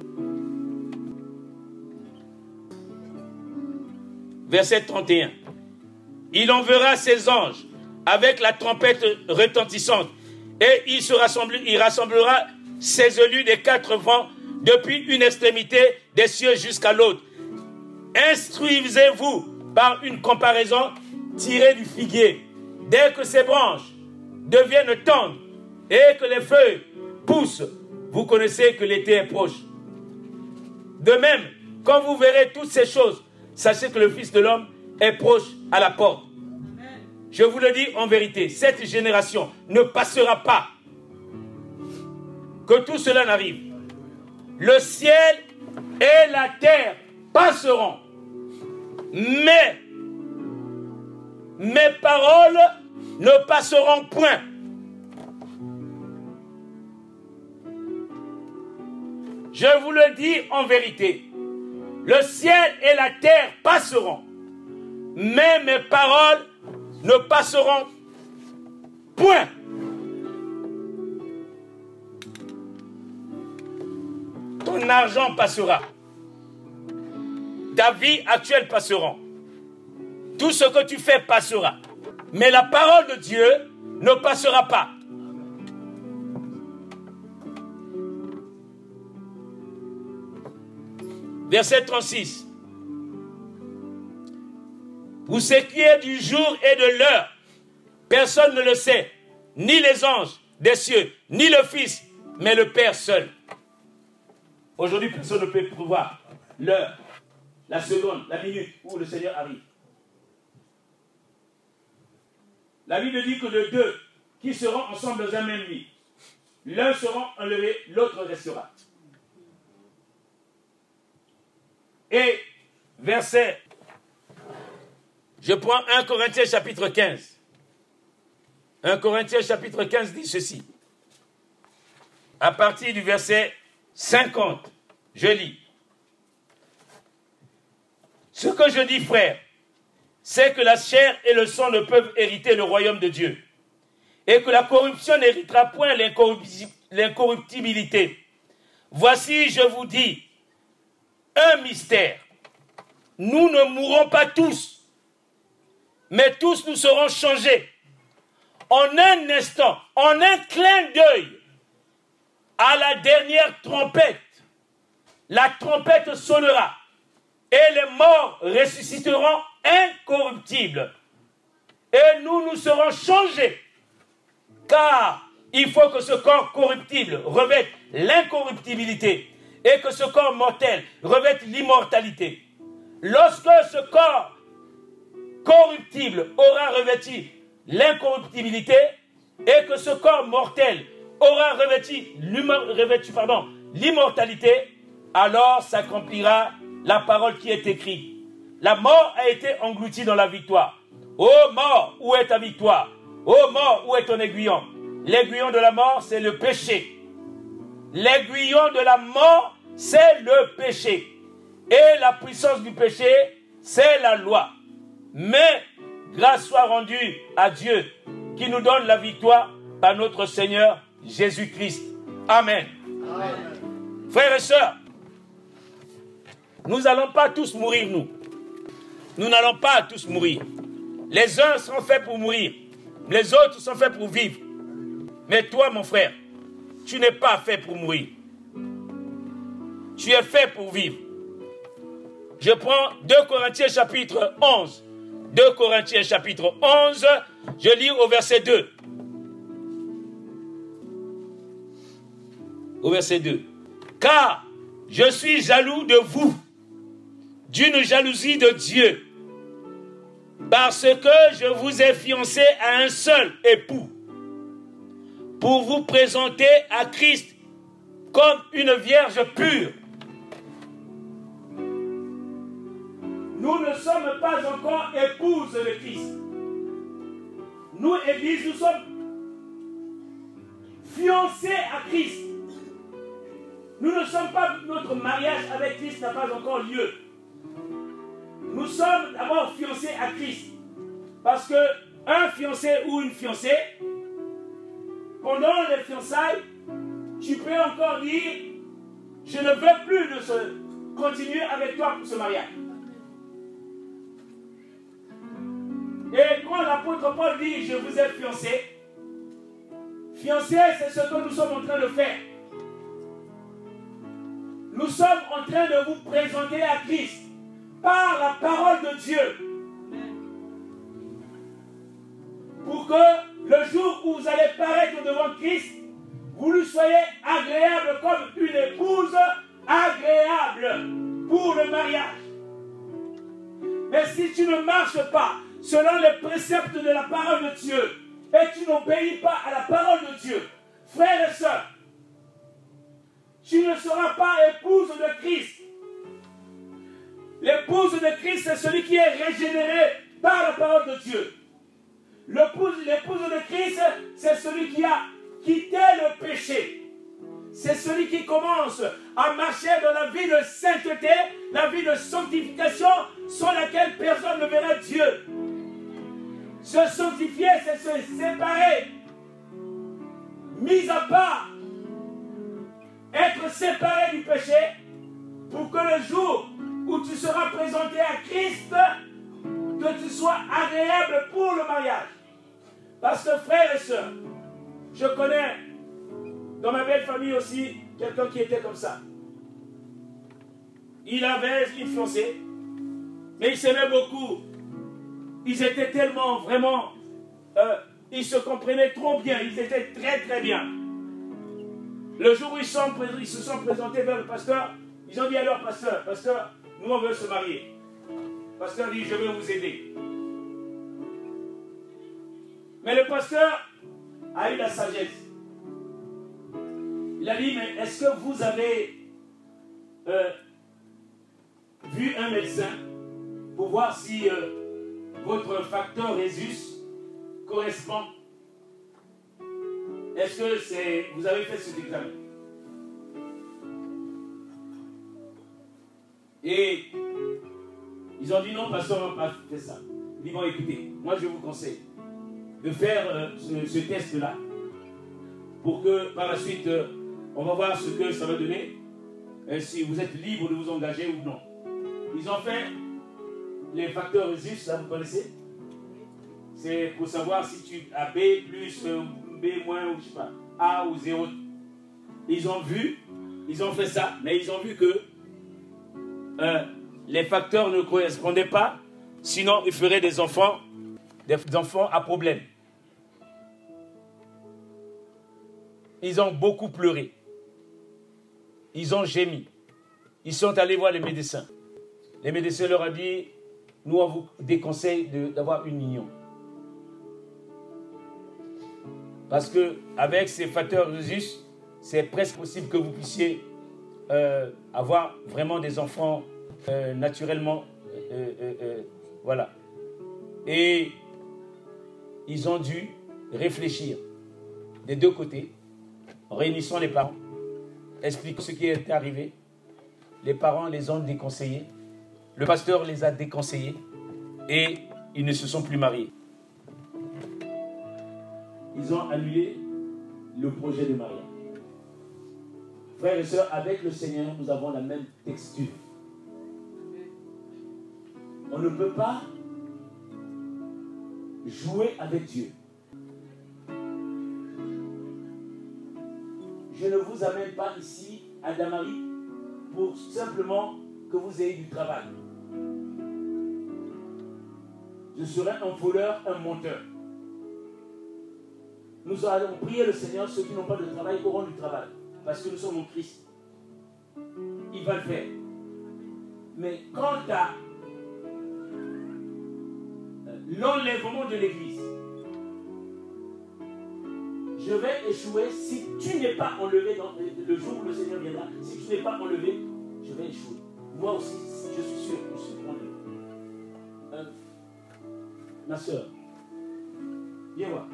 Verset 31. Il enverra ses anges avec la trompette retentissante et il rassemblera ses élus des 4 vents depuis une extrémité des cieux jusqu'à l'autre. Instruisez-vous par une comparaison tirée du figuier. Dès que ses branches deviennent tendres et que les feuilles poussent, vous connaissez que l'été est proche. De même, quand vous verrez toutes ces choses, sachez que le Fils de l'homme est proche à la porte. Je vous le dis en vérité, cette génération ne passera pas. Que tout cela n'arrive. Le ciel et la terre passeront. Mais mes paroles ne passeront point. Je vous le dis en vérité. Le ciel et la terre passeront. Mais mes paroles ne passeront point. Ton argent passera. Ta vie actuelle passera. Tout ce que tu fais passera. Mais la parole de Dieu ne passera pas. Verset 36. Pour ce qui est du jour et de l'heure, personne ne le sait, ni les anges des cieux, ni le Fils, mais le Père seul. Aujourd'hui, personne ne peut prévoir l'heure, la seconde, la minute où le Seigneur arrive. La Bible dit que de deux qui seront ensemble dans un même lit, l'un sera enlevé, l'autre restera. Et verset, je prends 1 Corinthiens chapitre 15. 1 Corinthiens chapitre 15 dit ceci. À partir du verset 50, je lis. Ce que je dis, frère, c'est que la chair et le sang ne peuvent hériter le royaume de Dieu, et que la corruption n'héritera point l'incorruptibilité. Voici, je vous dis, un mystère. Nous ne mourrons pas tous, mais tous nous serons changés. En un instant, en un clin d'œil, à la dernière trompette, la trompette sonnera, et les morts ressusciteront incorruptibles. Et nous serons changés, car il faut que ce corps corruptible revête l'incorruptibilité, et que ce corps mortel revête l'immortalité. Lorsque ce corps corruptible aura revêtu l'incorruptibilité, et que ce corps mortel aura revêtu l'immortalité, alors s'accomplira la parole qui est écrite. La mort a été engloutie dans la victoire. Ô mort, où est ta victoire? Ô mort, où est ton aiguillon? L'aiguillon de la mort, c'est le péché. L'aiguillon de la mort, c'est le péché. Et la puissance du péché, c'est la loi. Mais grâce soit rendue à Dieu qui nous donne la victoire par notre Seigneur Jésus-Christ. Amen. Amen. Frères et sœurs, nous n'allons pas tous mourir, nous. Nous n'allons pas tous mourir. Les uns sont faits pour mourir. Les autres sont faits pour vivre. Mais toi, mon frère, tu n'es pas fait pour mourir. Tu es fait pour vivre. Je prends 2 Corinthiens chapitre 11. 2 Corinthiens chapitre 11, je lis au verset 2. Au verset 2. Car je suis jaloux de vous, d'une jalousie de Dieu, parce que je vous ai fiancé à un seul époux, pour vous présenter à Christ comme une vierge pure. Nous ne sommes pas encore épouses de Christ. Nous, Église, nous sommes fiancés à Christ. Nous ne sommes pas, notre mariage avec Christ n'a pas encore lieu. Nous sommes d'abord fiancés à Christ. Parce que un fiancé ou une fiancée, pendant les fiançailles, tu peux encore dire, je ne veux plus continuer avec toi pour ce mariage. Et quand l'apôtre Paul dit, je vous ai fiancé, fiancé, c'est ce que nous sommes en train de faire. Nous sommes en train de vous présenter à Christ par la parole de Dieu. Pour que le jour où vous allez paraître devant Christ, vous lui soyez agréable comme une épouse agréable pour le mariage. Mais si tu ne marches pas selon les préceptes de la parole de Dieu et tu n'obéis pas à la parole de Dieu, frères et sœurs, tu ne seras pas épouse de Christ. L'épouse de Christ, c'est celui qui est régénéré par la parole de Dieu. L'épouse de Christ, c'est celui qui a quitté le péché. C'est celui qui commence à marcher dans la vie de sainteté, la vie de sanctification, sans laquelle personne ne verra Dieu. Se sanctifier, c'est se séparer, mis à part, être séparé du péché, pour que le jour où tu seras présenté à Christ, que tu sois agréable pour le mariage. Parce que frères et sœurs, je connais dans ma belle famille aussi quelqu'un qui était comme ça. Il avait une fiancée, mais ils s'aimaient beaucoup. Ils étaient tellement, vraiment, ils se comprenaient trop bien, ils étaient très très bien. Le jour où ils se sont présentés vers le pasteur, ils ont dit alors, pasteur, nous on veut se marier. Le pasteur dit, je vais vous aider. Mais le pasteur a eu la sagesse. Il a dit, mais est-ce que vous avez vu un médecin pour voir si votre facteur Rhésus correspond? Est-ce que vous avez fait cet examen? Et ils ont dit non, pasteur, on n'a pas fait ça. Ils disent, bon, écoutez, moi je vous conseille de faire ce test-là pour que par la suite, on va voir ce que ça va donner, si vous êtes libre de vous engager ou non. Ils ont fait les facteurs Rhésus, ça vous connaissez? C'est pour savoir si tu as B+, B- ou je sais pas, A ou 0. Ils ont vu, ils ont fait ça, mais ils ont vu que les facteurs ne correspondaient pas, sinon ils feraient des enfants à problème. Ils ont beaucoup pleuré. Ils ont gémi. Ils sont allés voir les médecins. Les médecins leur ont dit, nous on vous déconseille d'avoir une union. Parce qu'avec ces facteurs Rhésus, c'est presque possible que vous puissiez avoir vraiment des enfants naturellement. Voilà. Et ils ont dû réfléchir des deux côtés, en réunissant les parents, expliquant ce qui est arrivé. Les parents les ont déconseillés. Le pasteur les a déconseillés et ils ne se sont plus mariés. Ils ont annulé le projet de mariage. Frères et sœurs, avec le Seigneur, nous avons la même texture. On ne peut pas jouer avec Dieu. Je ne vous amène pas ici à Damari pour simplement que vous ayez du travail. Je serai un voleur, un menteur. Nous allons prier le Seigneur, ceux qui n'ont pas de travail auront du travail. Parce que nous sommes en Christ. Il va le faire. Mais quant à l'enlèvement de l'Église, je vais échouer si tu n'es pas enlevé dans le jour où le Seigneur viendra. Si tu n'es pas enlevé, je vais échouer. Moi aussi, je suis sûr que je suis enlevé. Ma soeur, viens voir.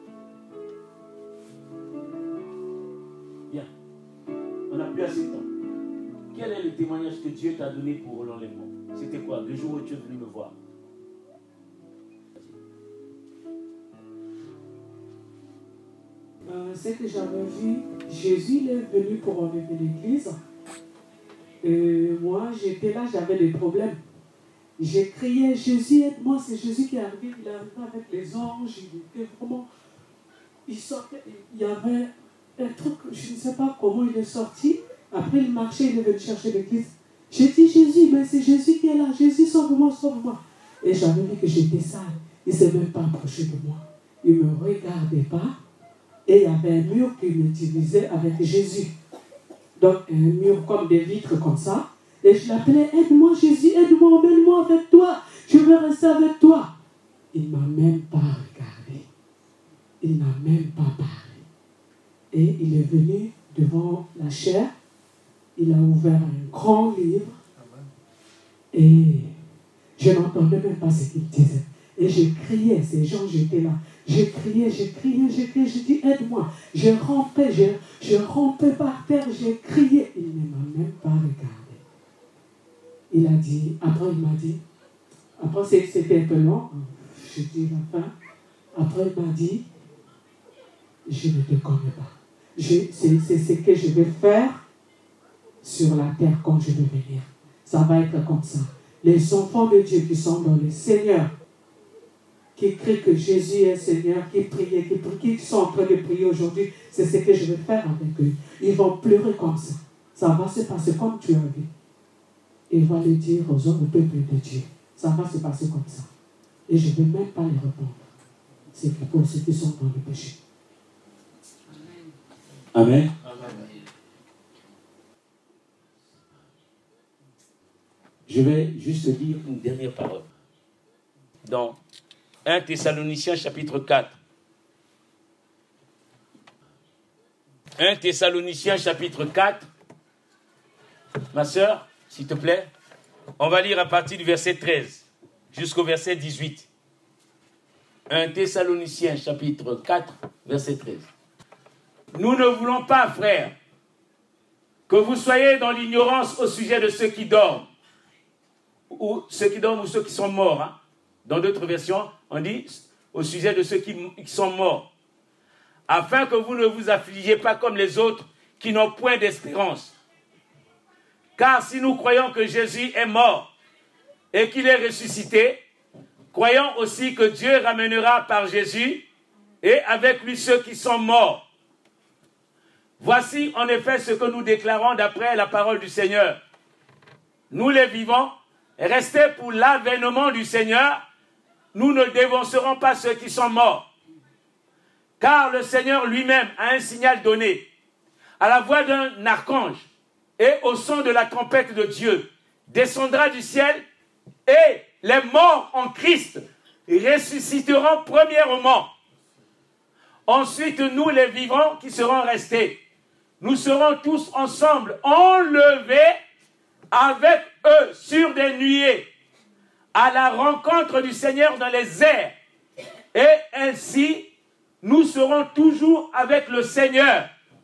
Viens. On n'a plus assez de temps. Quel est le témoignage que Dieu t'a donné pour l'enlèvement? C'était quoi? Le jour où tu es venu me voir. C'est que j'avais vu, Jésus il est venu pour enlever l'Église. Et moi, j'étais là, j'avais des problèmes. J'ai crié, Jésus, aide-moi, c'est Jésus qui est arrivé. Il est arrivé avec les anges, il était vraiment... Il sortait, il y avait un truc, je ne sais pas comment il est sorti. Après, il marchait, il est venu chercher l'Église. J'ai dit, Jésus, mais c'est Jésus qui est là. Jésus, sauve-moi, sauve-moi. Et j'avais vu que j'étais sale. Il ne s'est même pas approché de moi. Il ne me regardait pas. Et il y avait un mur qu'il utilisait avec Jésus. donc un mur comme des vitres comme ça. Et je l'appelais, aide-moi Jésus, aide-moi, emmène-moi avec toi, je veux rester avec toi. Il ne m'a même pas regardé. Il n'a même pas parlé. Et il est venu devant la chaire, il a ouvert un grand livre et je n'entendais même pas ce qu'il disait. Et je criais, ces gens, j'étais là. Je criais, je dis aide-moi. Je rampais par terre, j'ai crié. Il ne m'a même pas regardé. Il a dit, après il m'a dit, après c'était un peu long, je dis la fin. Après il m'a dit, je ne te connais pas. C'est ce que je vais faire sur la terre quand je vais venir. Ça va être comme ça. Les enfants de Dieu qui sont dans le Seigneur, qui crient que Jésus est Seigneur, qui prient, qui sont en train de prier aujourd'hui, c'est ce que je vais faire avec eux. Ils vont pleurer comme ça. Ça va se passer comme tu as vu. Et il va le dire aux hommes, au peuple de Dieu. Ça va se passer comme ça. Et je ne vais même pas les répondre. C'est pour ceux qui sont dans le péché. Amen. Je vais juste lire une dernière parole. Dans 1 Thessaloniciens chapitre 4. 1 Thessaloniciens chapitre 4. Ma sœur, s'il te plaît, on va lire à partir du verset 13 jusqu'au verset 18. 1 Thessaloniciens chapitre 4, verset 13. Nous ne voulons pas, frères, que vous soyez dans l'ignorance au sujet de ceux qui dorment, ou ceux qui sont morts. Hein. Dans d'autres versions, on dit au sujet de ceux qui sont morts, afin que vous ne vous affligiez pas comme les autres qui n'ont point d'espérance. Car si nous croyons que Jésus est mort et qu'il est ressuscité, croyons aussi que Dieu ramènera par Jésus et avec lui ceux qui sont morts. Voici en effet ce que nous déclarons d'après la parole du Seigneur. Nous les vivants, restés pour l'avènement du Seigneur, nous ne dévancerons pas ceux qui sont morts. Car le Seigneur lui-même a un signal donné, à la voix d'un archange et au son de la trompette de Dieu, descendra du ciel et les morts en Christ ressusciteront premièrement. Ensuite, nous les vivants qui serons restés, nous serons tous ensemble enlevés avec eux sur des nuées à la rencontre du Seigneur dans les airs. Et ainsi, nous serons toujours avec le Seigneur.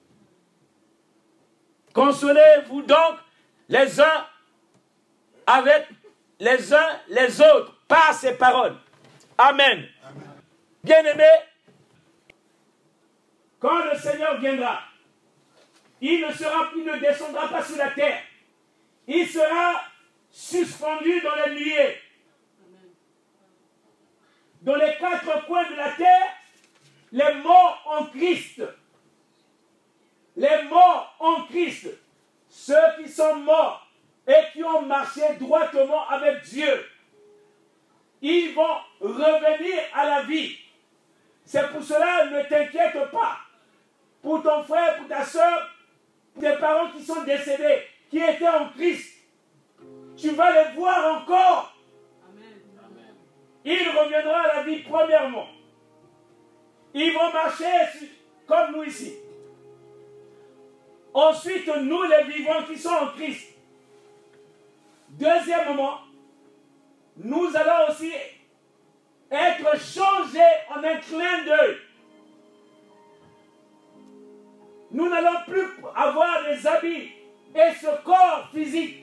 Consolez-vous donc les uns avec les uns les autres par ces paroles. Amen. Bien-aimés, quand le Seigneur viendra, il ne descendra pas sur la terre. Il sera suspendu dans les nuées. Dans les quatre coins de la terre, les morts en Christ. Les morts en Christ. Ceux qui sont morts et qui ont marché droitement avec Dieu. Ils vont revenir à la vie. C'est pour cela, ne t'inquiète pas. Pour ton frère, pour ta soeur, tes parents qui sont décédés, qui étaient en Christ, tu vas les voir encore. Amen. Ils reviendront à la vie premièrement. Ils vont marcher comme nous ici. Ensuite, nous les vivants qui sont en Christ. Deuxièmement, nous allons aussi être changés en un clin d'œil. Nous n'allons plus avoir des habits et ce corps physique.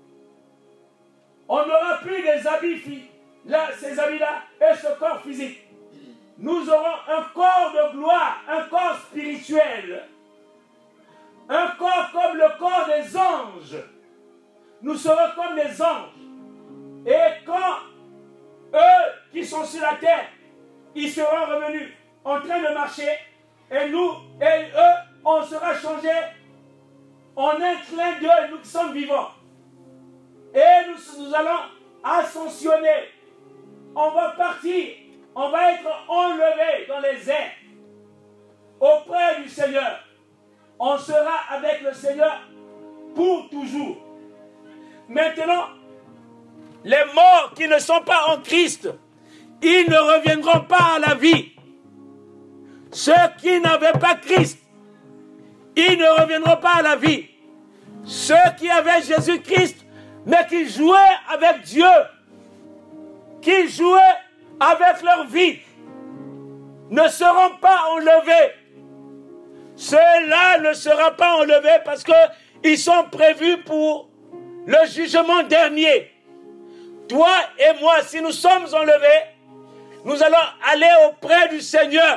On n'aura plus des habits, ces habits-là et ce corps physique. Nous aurons un corps de gloire, un corps spirituel. Un corps comme le corps des anges. Nous serons comme les anges. Et quand eux qui sont sur la terre, ils seront revenus en train de marcher, et nous et eux, on sera changés en un clin d'œil, nous qui sommes vivants. Et nous allons ascensionner. On va partir, on va être enlevés dans les airs auprès du Seigneur. On sera avec le Seigneur pour toujours. Maintenant, les morts qui ne sont pas en Christ, ils ne reviendront pas à la vie. Ceux qui n'avaient pas Christ, ils ne reviendront pas à la vie. Ceux qui avaient Jésus-Christ, mais qui jouaient avec Dieu, qui jouaient avec leur vie, ne seront pas enlevés. Ceux-là ne seront pas enlevés parce qu'ils sont prévus pour le jugement dernier. Toi et moi, si nous sommes enlevés, nous allons aller auprès du Seigneur.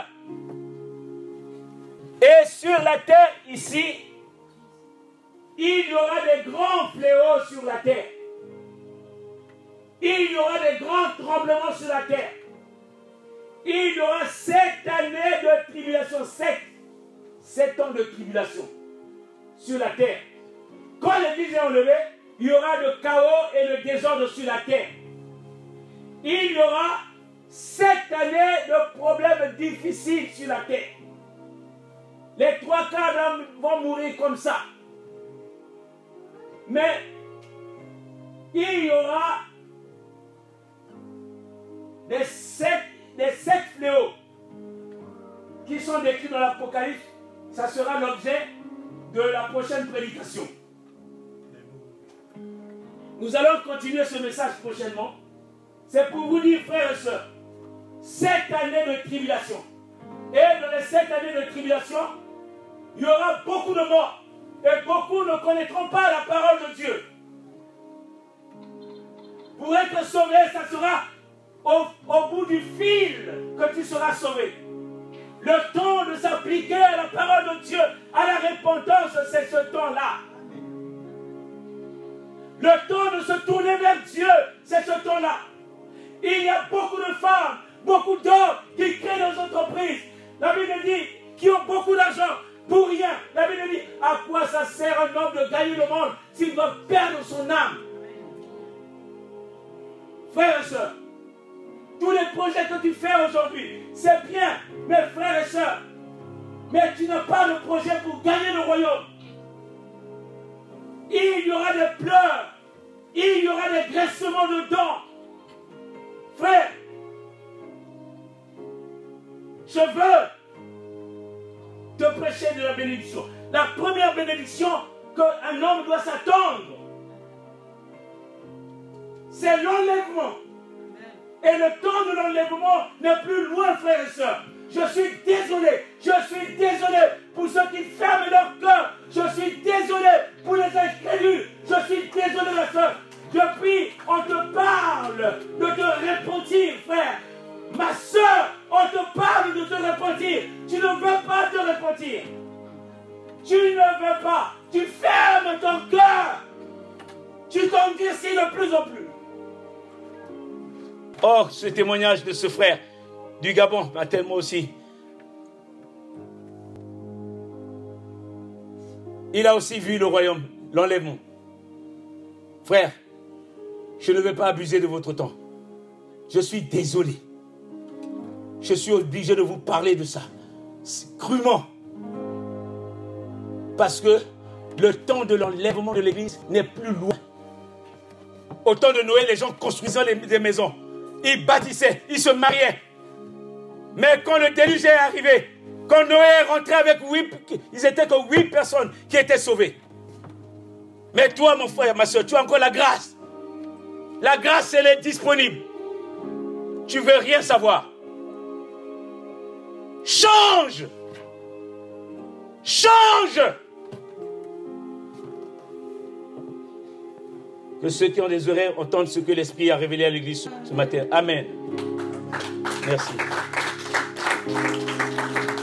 Et sur la terre, ici, il y aura des grands fléaux sur la terre. Il y aura des grands tremblements sur la terre. Il y aura 7 années de tribulation, 7 ans de tribulation sur la terre. Quand l'Église est enlevée, il y aura le chaos et le désordre sur la terre. Il y aura 7 années de problèmes difficiles sur la terre. Les 3 quarts d'hommes vont mourir comme ça. Mais il y aura des 7 fléaux qui sont décrits dans l'Apocalypse. Ça sera l'objet de la prochaine prédication. Nous allons continuer ce message prochainement. C'est pour vous dire, frères et sœurs, 7 années de tribulation. Et dans les 7 années de tribulation, il y aura beaucoup de morts. Et beaucoup ne connaîtront pas la parole de Dieu. Pour être sauvé, ça sera au bout du fil que tu seras sauvé. Le temps de s'appliquer à la parole de Dieu, à la repentance, c'est ce temps-là. Le temps de se tourner vers Dieu, c'est ce temps-là. Il y a beaucoup de femmes, beaucoup d'hommes qui créent des entreprises. La Bible dit qui ont beaucoup d'argent pour rien. La Bible dit à quoi ça sert un homme de gagner le monde s'il doit perdre son âme. Frères et sœurs, tous les projets que tu fais aujourd'hui, c'est bien, mes frères et sœurs, mais tu n'as pas de projet pour gagner le royaume. Il y aura des pleurs, il y aura des graissements de dents. Frère, je veux te prêcher de la bénédiction. La première bénédiction qu'un homme doit s'attendre, c'est l'enlèvement. Et le temps de l'enlèvement n'est plus loin, frères et sœurs. Je suis désolé pour ceux qui ferment leur cœur. Je suis désolé pour les incrédules. Je suis désolé, ma soeur. Depuis, on te parle de te repentir, frère. Ma soeur, on te parle de te repentir. Tu ne veux pas te repentir. Tu ne veux pas. Tu fermes ton cœur. Tu t'endurcis de plus en plus. Oh, ce témoignage de ce frère du Gabon m'a tellement aussi. Il a aussi vu le royaume, l'enlèvement. Frère, je ne vais pas abuser de votre temps. Je suis désolé. Je suis obligé de vous parler de ça. Crûment. Parce que le temps de l'enlèvement de l'église n'est plus loin. Au temps de Noé, les gens construisaient des maisons. Ils bâtissaient, ils se mariaient. Mais quand le déluge est arrivé, quand Noé est rentré avec 8, ils n'étaient que 8 personnes qui étaient sauvées. Mais toi, mon frère, ma soeur, tu as encore la grâce. La grâce, elle est disponible. Tu ne veux rien savoir. Change! Change! Que ceux qui ont des oreilles entendent ce que l'Esprit a révélé à l'Église ce matin. Amen. Merci.